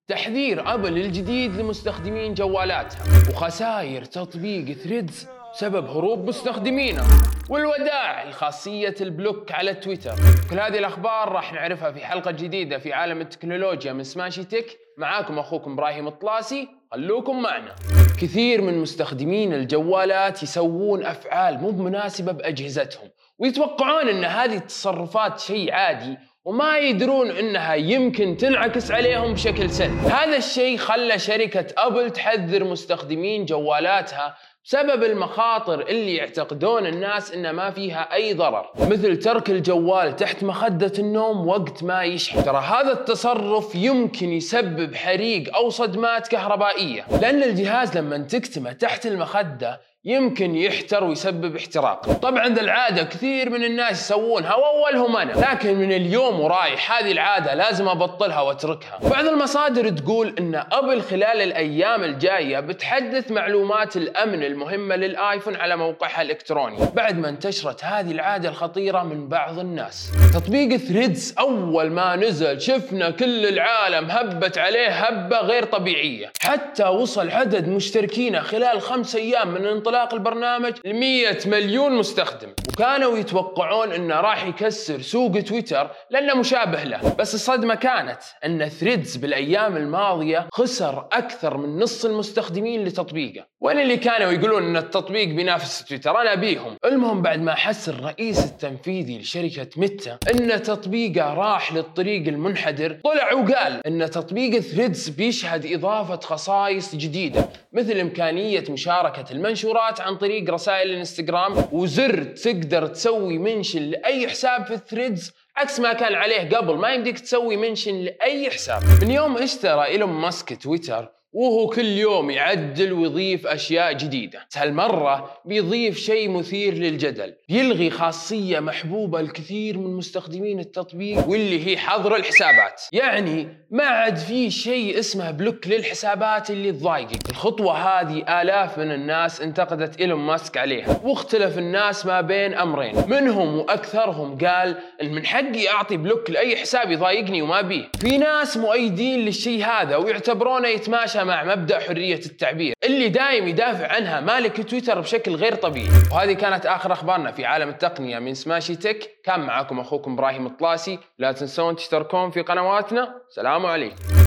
تحذير أبل الجديد لمستخدمين جوالاتها، وخسائر تطبيق ثريدز بسبب هروب مستخدمينه، والوداع لخاصية البلوك على تويتر. كل هذه الأخبار راح نعرفها في حلقة جديدة في عالم التكنولوجيا من سماشي تك. معاكم أخوكم إبراهيم الطلاسي، خلوكم معنا. كثير من مستخدمين الجوالات يسوون أفعال مو مناسبة بأجهزتهم، ويتوقعون أن هذه التصرفات شيء عادي، وما يدرون انها يمكن تنعكس عليهم بشكل سلبي. هذا الشيء خلى شركة ابل تحذر مستخدمين جوالاتها بسبب المخاطر اللي يعتقدون الناس ان ما فيها اي ضرر، مثل ترك الجوال تحت مخدة النوم وقت ما يشحن. ترى هذا التصرف يمكن يسبب حريق او صدمات كهربائية، لان الجهاز لما تكتمه تحت المخدة يمكن يحتر ويسبب احتراق. طبعا ذا العادة كثير من الناس يسوونها واولهم انا، لكن من اليوم ورايح هذه العادة لازم ابطلها واتركها. بعض المصادر تقول ان ابل خلال الايام الجاية بتحدث معلومات الامن المهمة للايفون على موقعها الالكتروني، بعد ما انتشرت هذه العادة الخطيرة من بعض الناس. تطبيق ثريدز اول ما نزل شفنا كل العالم هبت عليه هبة غير طبيعية، حتى وصل عدد مشتركينه خلال 5 ايام من انطلاق البرنامج ل100 مليون مستخدم، وكانوا يتوقعون انه راح يكسر سوق تويتر لانه مشابه له. بس الصدمة كانت ان ثريدز بالايام الماضية خسر اكثر من نص المستخدمين لتطبيقه. وين اللي كانوا يقولون ان التطبيق بينافس تويتر؟ انا بيهم. المهم بعد ما حس الرئيس التنفيذي لشركة ميتا ان تطبيقه راح للطريق المنحدر، طلع وقال ان تطبيق ثريدز بيشهد اضافة خصائص جديدة، مثل امكانية مشاركة المنشورات عن طريق رسائل الانستغرام، وزر تقدر تسوي منشن لأي حساب في الثريدز عكس ما كان عليه قبل، ما يمديك تسوي منشن لأي حساب. من يوم اشترى إيلون ماسك تويتر وهو كل يوم يعدل ويضيف أشياء جديدة. هالمرة بيضيف شيء مثير للجدل، بيلغي خاصية محبوبة لكثير من مستخدمين التطبيق، واللي هي حظر الحسابات. يعني ما عاد في شيء اسمه بلوك للحسابات اللي تضايقك. الخطوة هذه آلاف من الناس انتقدت إيلون ماسك عليها، واختلف الناس ما بين أمرين. منهم وأكثرهم قال إن من حقي أعطي بلوك لأي حساب يضايقني وما بيه. في ناس مؤيدين للشيء هذا ويعتبرونه يتماشى مع مبدأ حرية التعبير اللي دايم يدافع عنها مالك تويتر بشكل غير طبيعي. وهذه كانت آخر أخبارنا في عالم التقنية من سماشي تك. كان معكم أخوكم إبراهيم الطلاسي. لا تنسون تشتركون في قنواتنا. سلام عليكم.